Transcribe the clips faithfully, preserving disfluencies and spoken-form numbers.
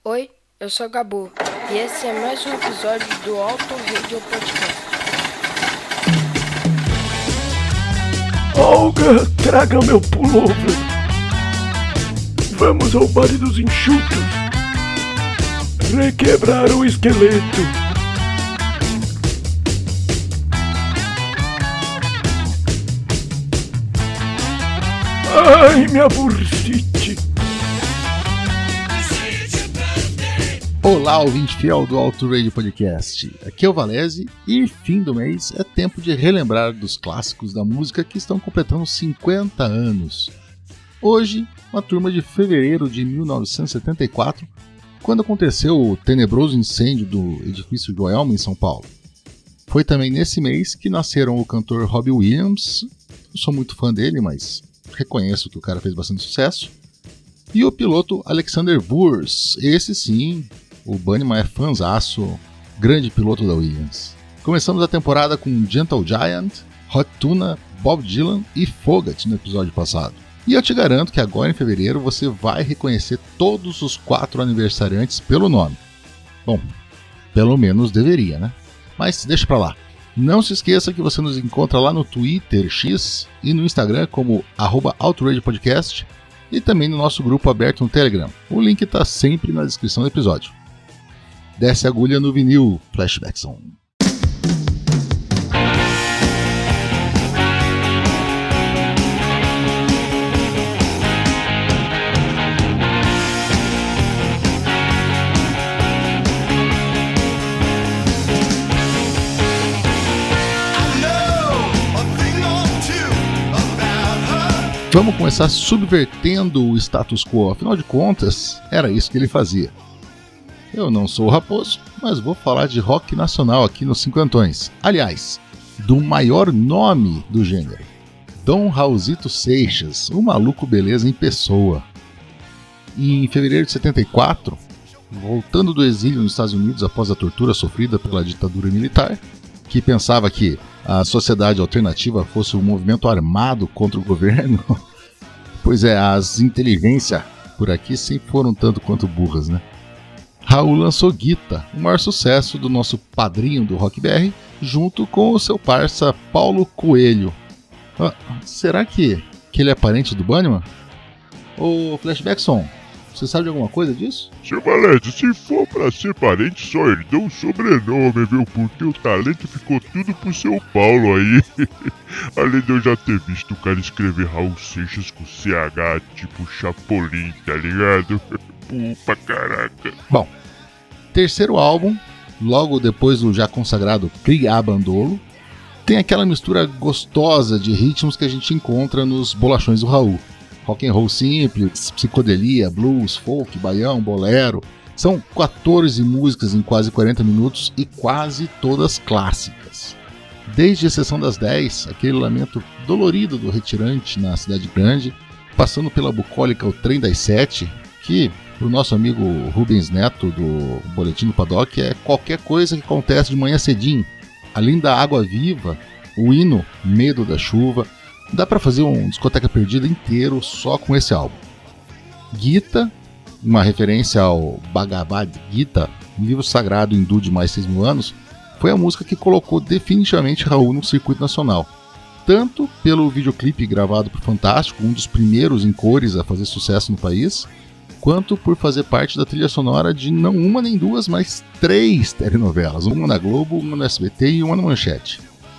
Oi, eu sou Gabu e esse é mais um episódio do Auto Radio Podcast. Olga, traga meu pullover. Vamos ao baile dos enxutos. Requebrar o esqueleto. Ai, minha bursite. Olá, ouvinte fiel do Auto Radio Podcast. Aqui é o Valese e fim do mês é tempo de relembrar dos clássicos da música que estão completando cinquenta anos. Hoje, uma turma de fevereiro de mil novecentos e setenta e quatro, quando aconteceu o tenebroso incêndio do edifício Joelma em São Paulo. Foi também nesse mês que nasceram o cantor Robbie Williams, eu sou muito fã dele, mas reconheço que o cara fez bastante sucesso, e o piloto Alexander Wurz, esse sim, o Bunnyman é fãzaço, grande piloto da Williams. Começamos a temporada com Gentle Giant, Hot Tuna, Bob Dylan e Fogat no episódio passado. E eu te garanto que agora em fevereiro você vai reconhecer todos os quatro aniversariantes pelo nome. Bom, pelo menos deveria, né? Mas deixa pra lá. Não se esqueça que você nos encontra lá no Twitter X e no Instagram como arroba autoradiopodcast e também no nosso grupo aberto no Telegram. O link está sempre na descrição do episódio. Desce a agulha no vinil, Flashback Song. Vamos começar subvertendo o status quo, afinal de contas, era isso que ele fazia. Eu não sou o Raposo, mas vou falar de rock nacional aqui nos Cinquentões. Aliás, do maior nome do gênero, Dom Raulzito Seixas, o maluco beleza em pessoa. E em fevereiro de setenta e quatro, voltando do exílio nos Estados Unidos após a tortura sofrida pela ditadura militar, que pensava que a sociedade alternativa fosse um movimento armado contra o governo, pois é, as inteligências por aqui sempre foram tanto quanto burras, né? Raul lançou Guita, o maior sucesso do nosso padrinho do Rock B R, junto com o seu parça Paulo Coelho. Ah, será que, que ele é parente do Bunnyman? Ô Flashbackson, você sabe de alguma coisa disso? Seu Valete, se for pra ser parente, só herdou o sobrenome, viu? Porque o talento ficou tudo pro seu Paulo aí. Além de eu já ter visto o cara escrever Raul Seixas com C H, tipo Chapolin, tá ligado? Pupa caraca. Bom, terceiro álbum, logo depois do já consagrado Criabandolo, tem aquela mistura gostosa de ritmos que a gente encontra nos bolachões do Raul. Rock and roll simples, psicodelia, blues, folk, baião, bolero. São quatorze músicas em quase quarenta minutos e quase todas clássicas. Desde a Sessão das dez, aquele lamento dolorido do retirante na cidade grande, passando pela bucólica O Trem das Sete, que pro nosso amigo Rubens Neto do Boletim do Paddock é qualquer coisa que acontece de manhã cedinho. Além da Água Viva, o hino Medo da Chuva, dá pra fazer um Discoteca Perdida inteiro só com esse álbum. Gita, uma referência ao Bhagavad Gita, um livro sagrado hindu de mais de seis mil anos, foi a música que colocou definitivamente Raul no circuito nacional. Tanto pelo videoclipe gravado por Fantástico, um dos primeiros em cores a fazer sucesso no país, quanto por fazer parte da trilha sonora de não uma nem duas, mas três telenovelas, uma na Globo, uma no S B T e uma na Manchete.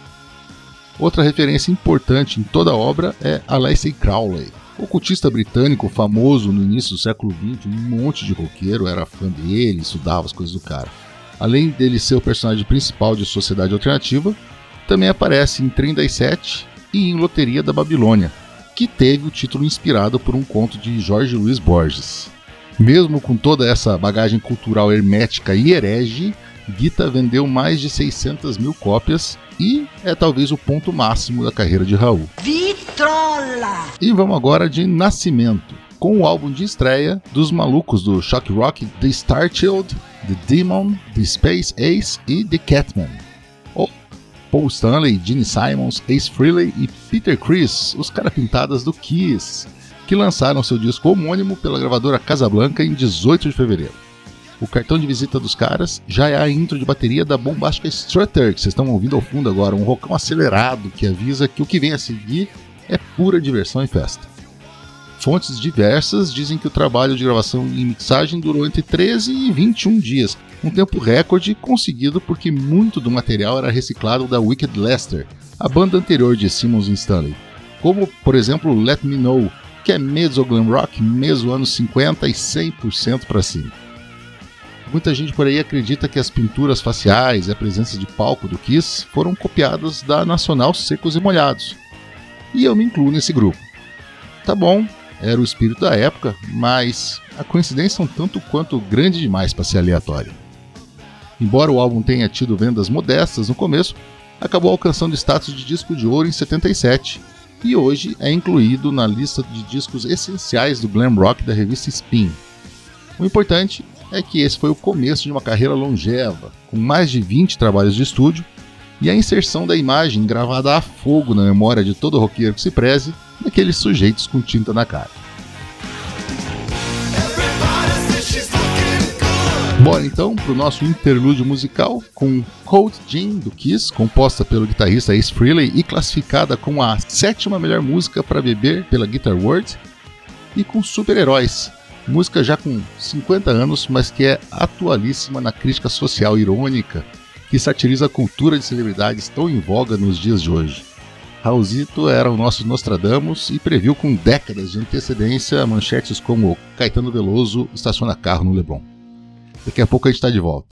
Outra referência importante em toda a obra é Aleister Crowley, ocultista britânico famoso no início do século vinte, um monte de roqueiro era fã dele, estudava as coisas do cara. Além dele ser o personagem principal de Sociedade Alternativa, também aparece em Trem das Sete e em Loteria da Babilônia, que teve o título inspirado por um conto de Jorge Luiz Borges. Mesmo com toda essa bagagem cultural hermética e herege, Guita vendeu mais de seiscentas mil cópias e é talvez o ponto máximo da carreira de Raul. Vitrola! E vamos agora de Nascimento, com o álbum de estreia dos malucos do shock rock The Starchild, The Demon, The Space Ace e The Catman. Oh, Paul Stanley, Gene Simons, Ace Frehley e Peter Criss, os cara pintadas do Kiss, que lançaram seu disco homônimo pela gravadora Casablanca em dezoito de fevereiro. O cartão de visita dos caras já é a intro de bateria da bombástica Strutter, que vocês estão ouvindo ao fundo agora, um rockão acelerado que avisa que o que vem a seguir é pura diversão e festa. Fontes diversas dizem que o trabalho de gravação e mixagem durou entre treze e vinte e um dias, um tempo recorde conseguido porque muito do material era reciclado da Wicked Lester, a banda anterior de Simmons e Stanley, como, por exemplo, Let Me Know, que é meso glam rock, meso anos cinquenta e cem por cento para cima. Muita gente por aí acredita que as pinturas faciais e a presença de palco do Kiss foram copiadas da Nacional Secos e Molhados, e eu me incluo nesse grupo. Tá bom, era o espírito da época, mas a coincidência é um tanto quanto grande demais para ser aleatória. Embora o álbum tenha tido vendas modestas no começo, acabou alcançando status de disco de ouro em setenta e sete e hoje é incluído na lista de discos essenciais do glam rock da revista Spin. O importante é que esse foi o começo de uma carreira longeva, com mais de vinte trabalhos de estúdio e a inserção da imagem gravada a fogo na memória de todo roqueiro que se preze daqueles sujeitos com tinta na cara. Bora então pro nosso interlúdio musical com Cold Gin do Kiss, composta pelo guitarrista Ace Frehley e classificada como a sétima melhor música para beber pela Guitar World, e com Super-Heróis, música já com cinquenta anos, mas que é atualíssima na crítica social irônica que satiriza a cultura de celebridades tão em voga nos dias de hoje. Raulzito era o nosso Nostradamus e previu com décadas de antecedência manchetes como Caetano Veloso estaciona carro no Leblon. Daqui a pouco a gente está de volta.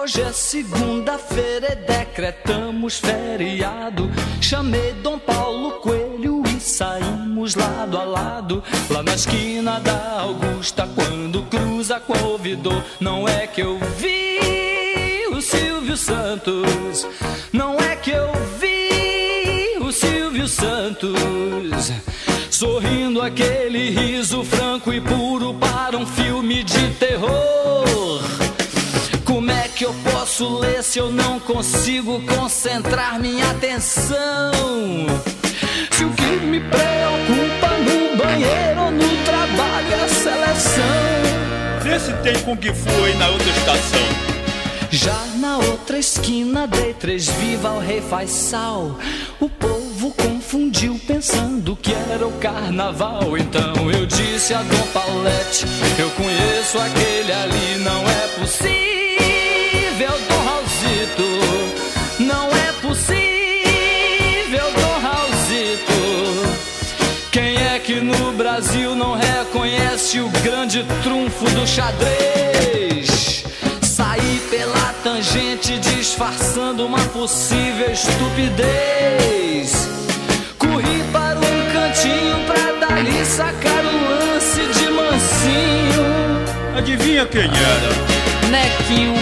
Hoje é segunda-feira e decretamos feriado. Chamei Dom Paulo Coelho e saímos lado a lado, lá na esquina da Augusta, quando cruza com a Ouvidor. Não é que eu vi o Silvio Santos, não é que eu vi o Silvio Santos, sorrindo aquele riso franco e puro para um filme de terror. Como é que eu posso ler se eu não consigo concentrar minha atenção? Se o que me preocupa no banheiro ou no trabalho é a seleção. Vê se tem Kung Fu aí na outra estação. Já na outra esquina dei três viva ao rei Faisal. O povo confundiu pensando que era o carnaval. Então eu disse a Dom Paulette, eu conheço aquele ali. Não é possível, Dom Raulzito, não é possível, Dom Raulzito. Quem é que no Brasil não reconhece o grande trunfo do xadrez? Saí pela tangente disfarçando uma possível estupidez. Corri para um cantinho pra dali sacar um lance de mansinho. Adivinha quem era? Nequinho.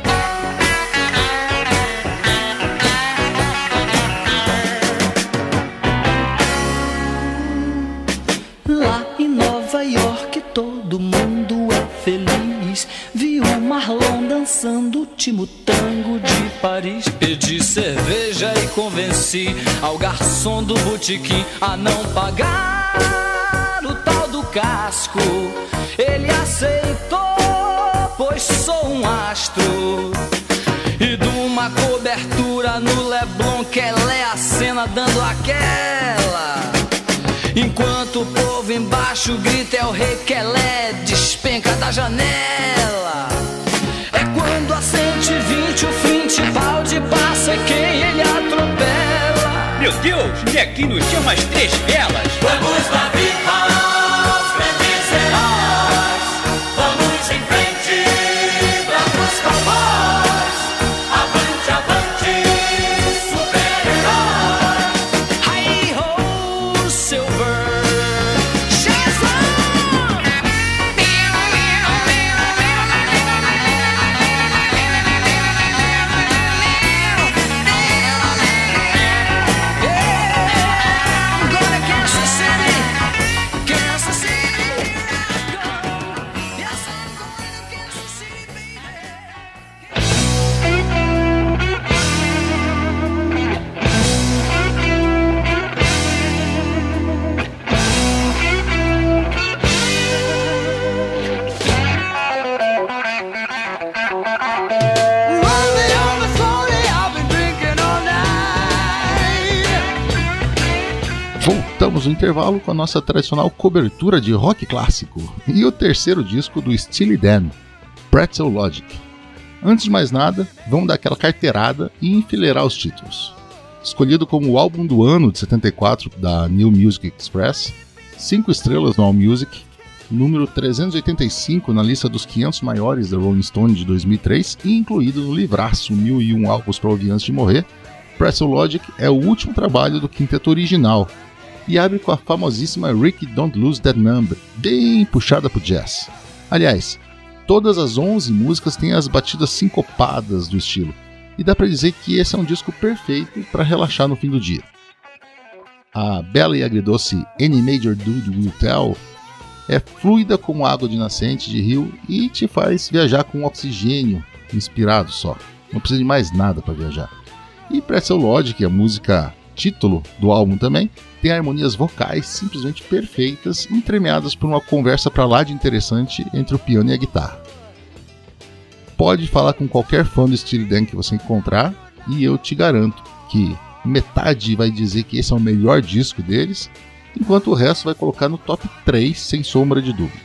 Lá em Nova York todo mundo é feliz. Vi o Marlon dançando o último tango de Paris. Pedi cerveja e convenci ao garçom do botequim a não pagar o tal do casco. Ele aceitou, pois sou um astro. E de uma cobertura no Leblon, que ela é a cena dando aquela. Enquanto o povo embaixo grita é o rei Quelé, despenca da janela. É quando a cento e vinte o Fittipaldi passa quem ele atropela. Meu Deus, Nequinho tinha umas três velas. Vamos na vida, grandes heróis. Vamos em frente, bravos cowboys. Avante, avante, super-heróis. Hi-ho, Silver. Voltamos no intervalo com a nossa tradicional cobertura de rock clássico e o terceiro disco do Steely Dan, Pretzel Logic. Antes de mais nada, vamos dar aquela carteirada e enfileirar os títulos. Escolhido como o álbum do ano de setenta e quatro da New Music Express, cinco estrelas no AllMusic, número trezentos e oitenta e cinco na lista dos quinhentos maiores da Rolling Stone de dois mil e três e incluído no livraço mil e um álbuns para ouvir antes de morrer. Pretzel Logic é o último trabalho do quinteto original e abre com a famosíssima Ricky Don't Lose That Number, bem puxada pro jazz. Aliás, todas as onze músicas têm as batidas sincopadas do estilo, e dá pra dizer que esse é um disco perfeito para relaxar no fim do dia. A bela e agridoce Any Major Dude Will Tell é fluida como água de nascente de rio e te faz viajar com oxigênio inspirado só, não precisa de mais nada para viajar. E Pretzel Logic, a música título do álbum também, tem harmonias vocais simplesmente perfeitas, entremeadas por uma conversa pra lá de interessante entre o piano e a guitarra. Pode falar com qualquer fã do Steely Dan que você encontrar e eu te garanto que metade vai dizer que esse é o melhor disco deles, enquanto o resto vai colocar no top três sem sombra de dúvida.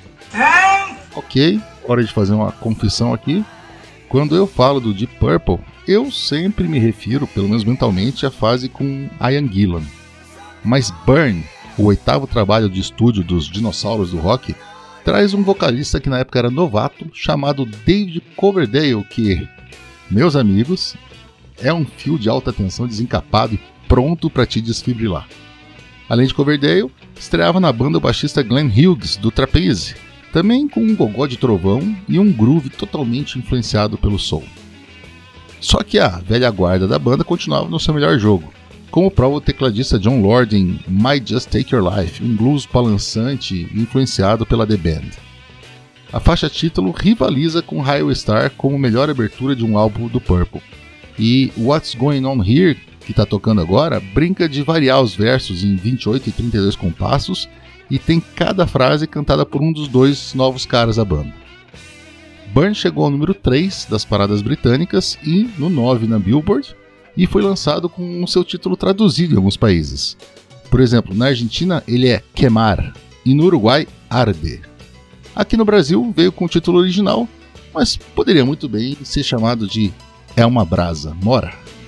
Ok, hora de fazer uma confissão aqui. Quando eu falo do Deep Purple, eu sempre me refiro, pelo menos mentalmente, à fase com Ian Gillan. Mas Burn, o oitavo trabalho de estúdio dos dinossauros do rock, traz um vocalista que na época era novato, chamado David Coverdale, que, meus amigos, é um fio de alta tensão desencapado e pronto para te desfibrilar. Além de Coverdale, estreava na banda o baixista Glenn Hughes, do Trapeze, também com um gogó de trovão e um groove totalmente influenciado pelo soul. Só que a velha guarda da banda continuava no seu melhor jogo, como prova o tecladista John Lord em Might Just Take Your Life, um blues balançante influenciado pela The Band. A faixa título rivaliza com Highway Star como melhor abertura de um álbum do Purple. E What's Going On Here, que está tocando agora, brinca de variar os versos em vinte e oito e trinta e dois compassos e tem cada frase cantada por um dos dois novos caras da banda. Burn chegou ao número três das paradas britânicas e no nove na Billboard, e foi lançado com o seu título traduzido em alguns países. Por exemplo, na Argentina ele é Quemar e no Uruguai Arde. Aqui no Brasil veio com o título original, mas poderia muito bem ser chamado de É uma Brasa, Mora.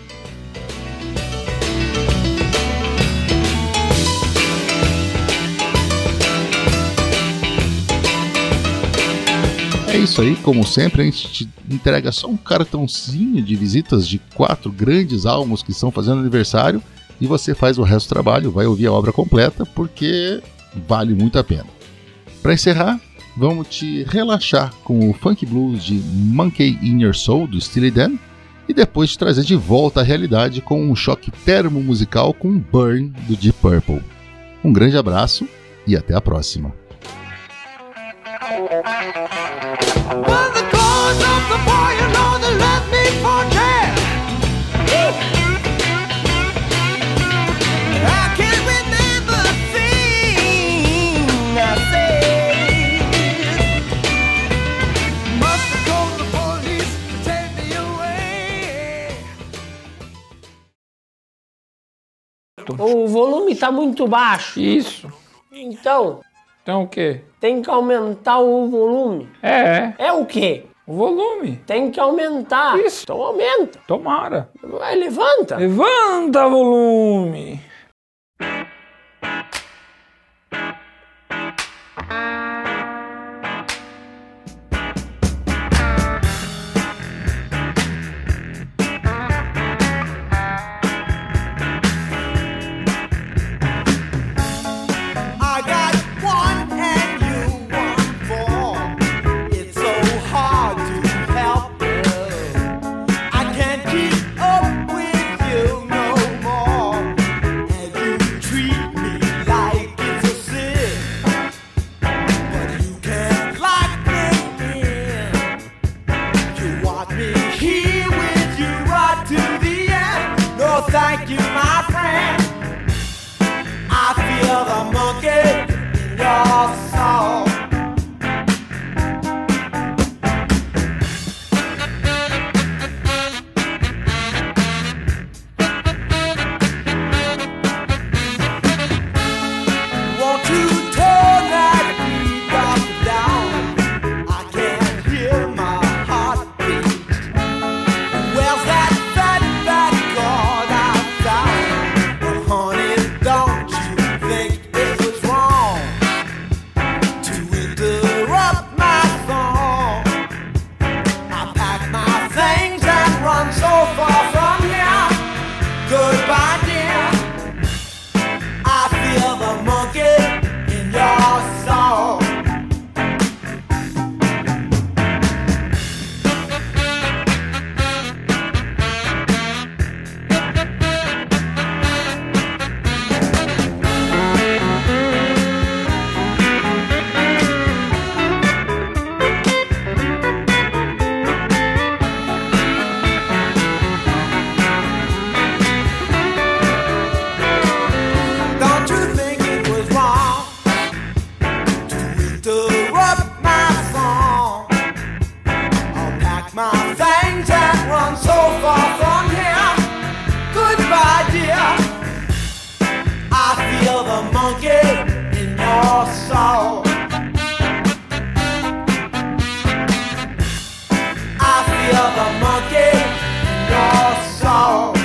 É isso aí, como sempre, a gente te entrega só um cartãozinho de visitas de quatro grandes álbuns que estão fazendo aniversário e você faz o resto do trabalho, vai ouvir a obra completa porque vale muito a pena. Para encerrar, vamos te relaxar com o funk blues de Monkey in Your Soul, do Steely Dan, e depois te trazer de volta à realidade com um choque termo-musical com Burn, do Deep Purple. Um grande abraço e até a próxima. Well, the cause of the boy, you know, that left me for dead. I can't remember a thing I said. Must have called the police to take me away. O volume tá muito baixo. Isso. Então, Então o quê? tem que aumentar o volume. É, É o quê? o volume. Tem que aumentar. Isso. Então aumenta. Tomara. Vai, levanta. Levanta volume. I got one and you one for. It's so hard to help you. I can't keep up with you no more. And you treat me like it's a sin. But you can't lock me in. You want me here with you right to the end. No thank you, my friend. I feel the monkey in your soul. Won't you turn that beat up and down? I can't hear my heartbeat. Where's that fat, fat God I found? Well, honey, don't you think it was wrong to interrupt my song? I pack my things and run so far from here. Goodbye, dear. I feel the monkey in your soul. Don't you think it was wrong to interrupt my song? I'll pack my things and run so far from here. Goodbye, dear. I feel the monkey in your soul. I feel the monkey in your soul.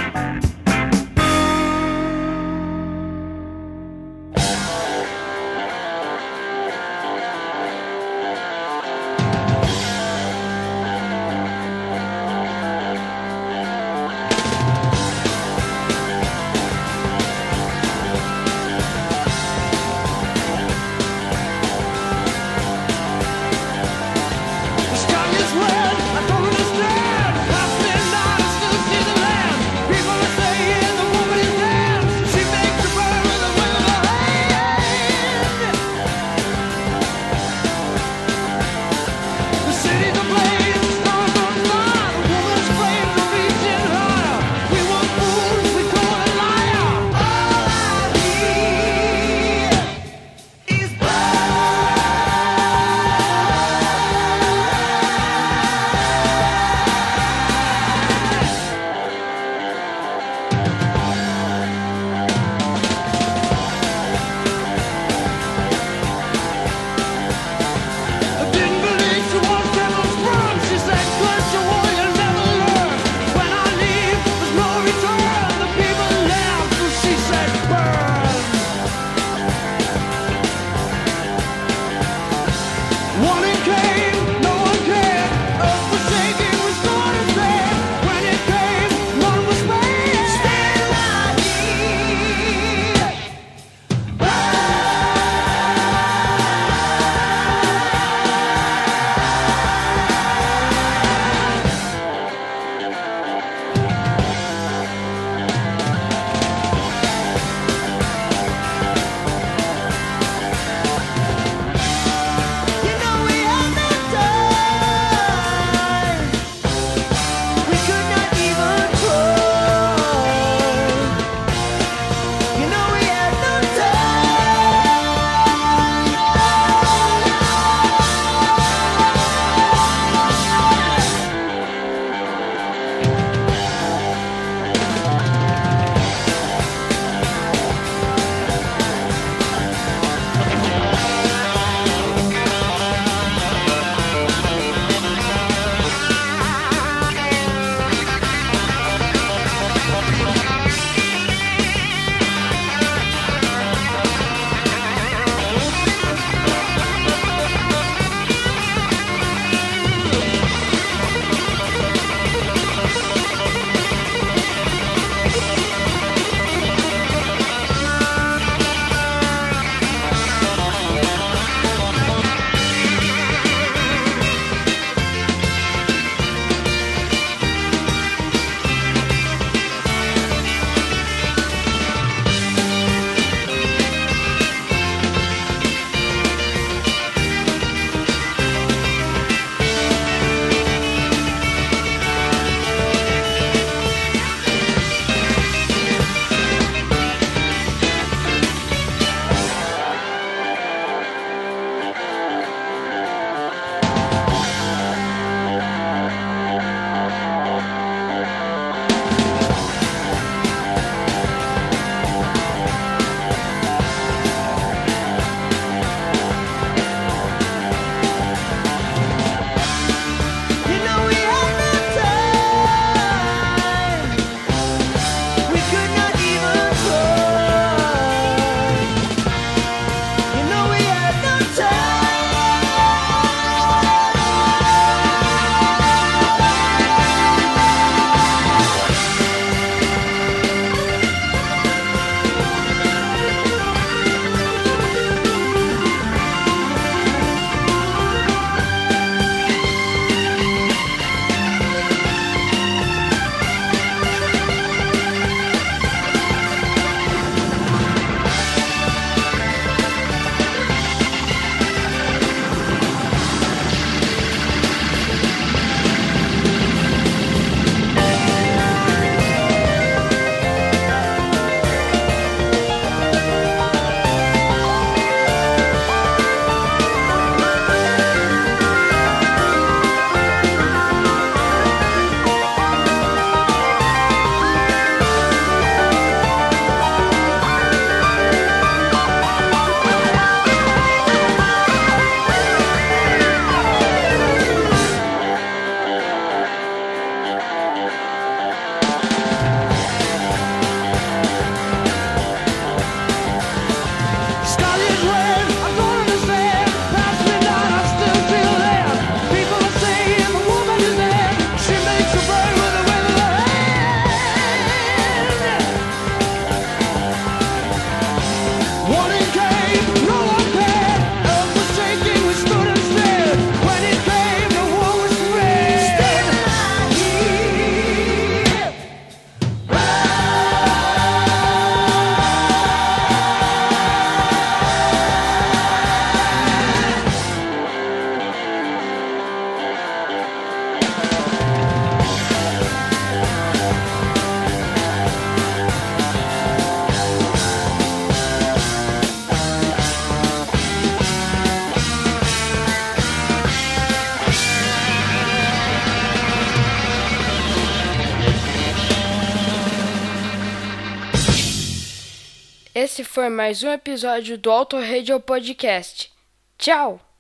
Esse foi mais um episódio do Auto Radio Podcast. Tchau!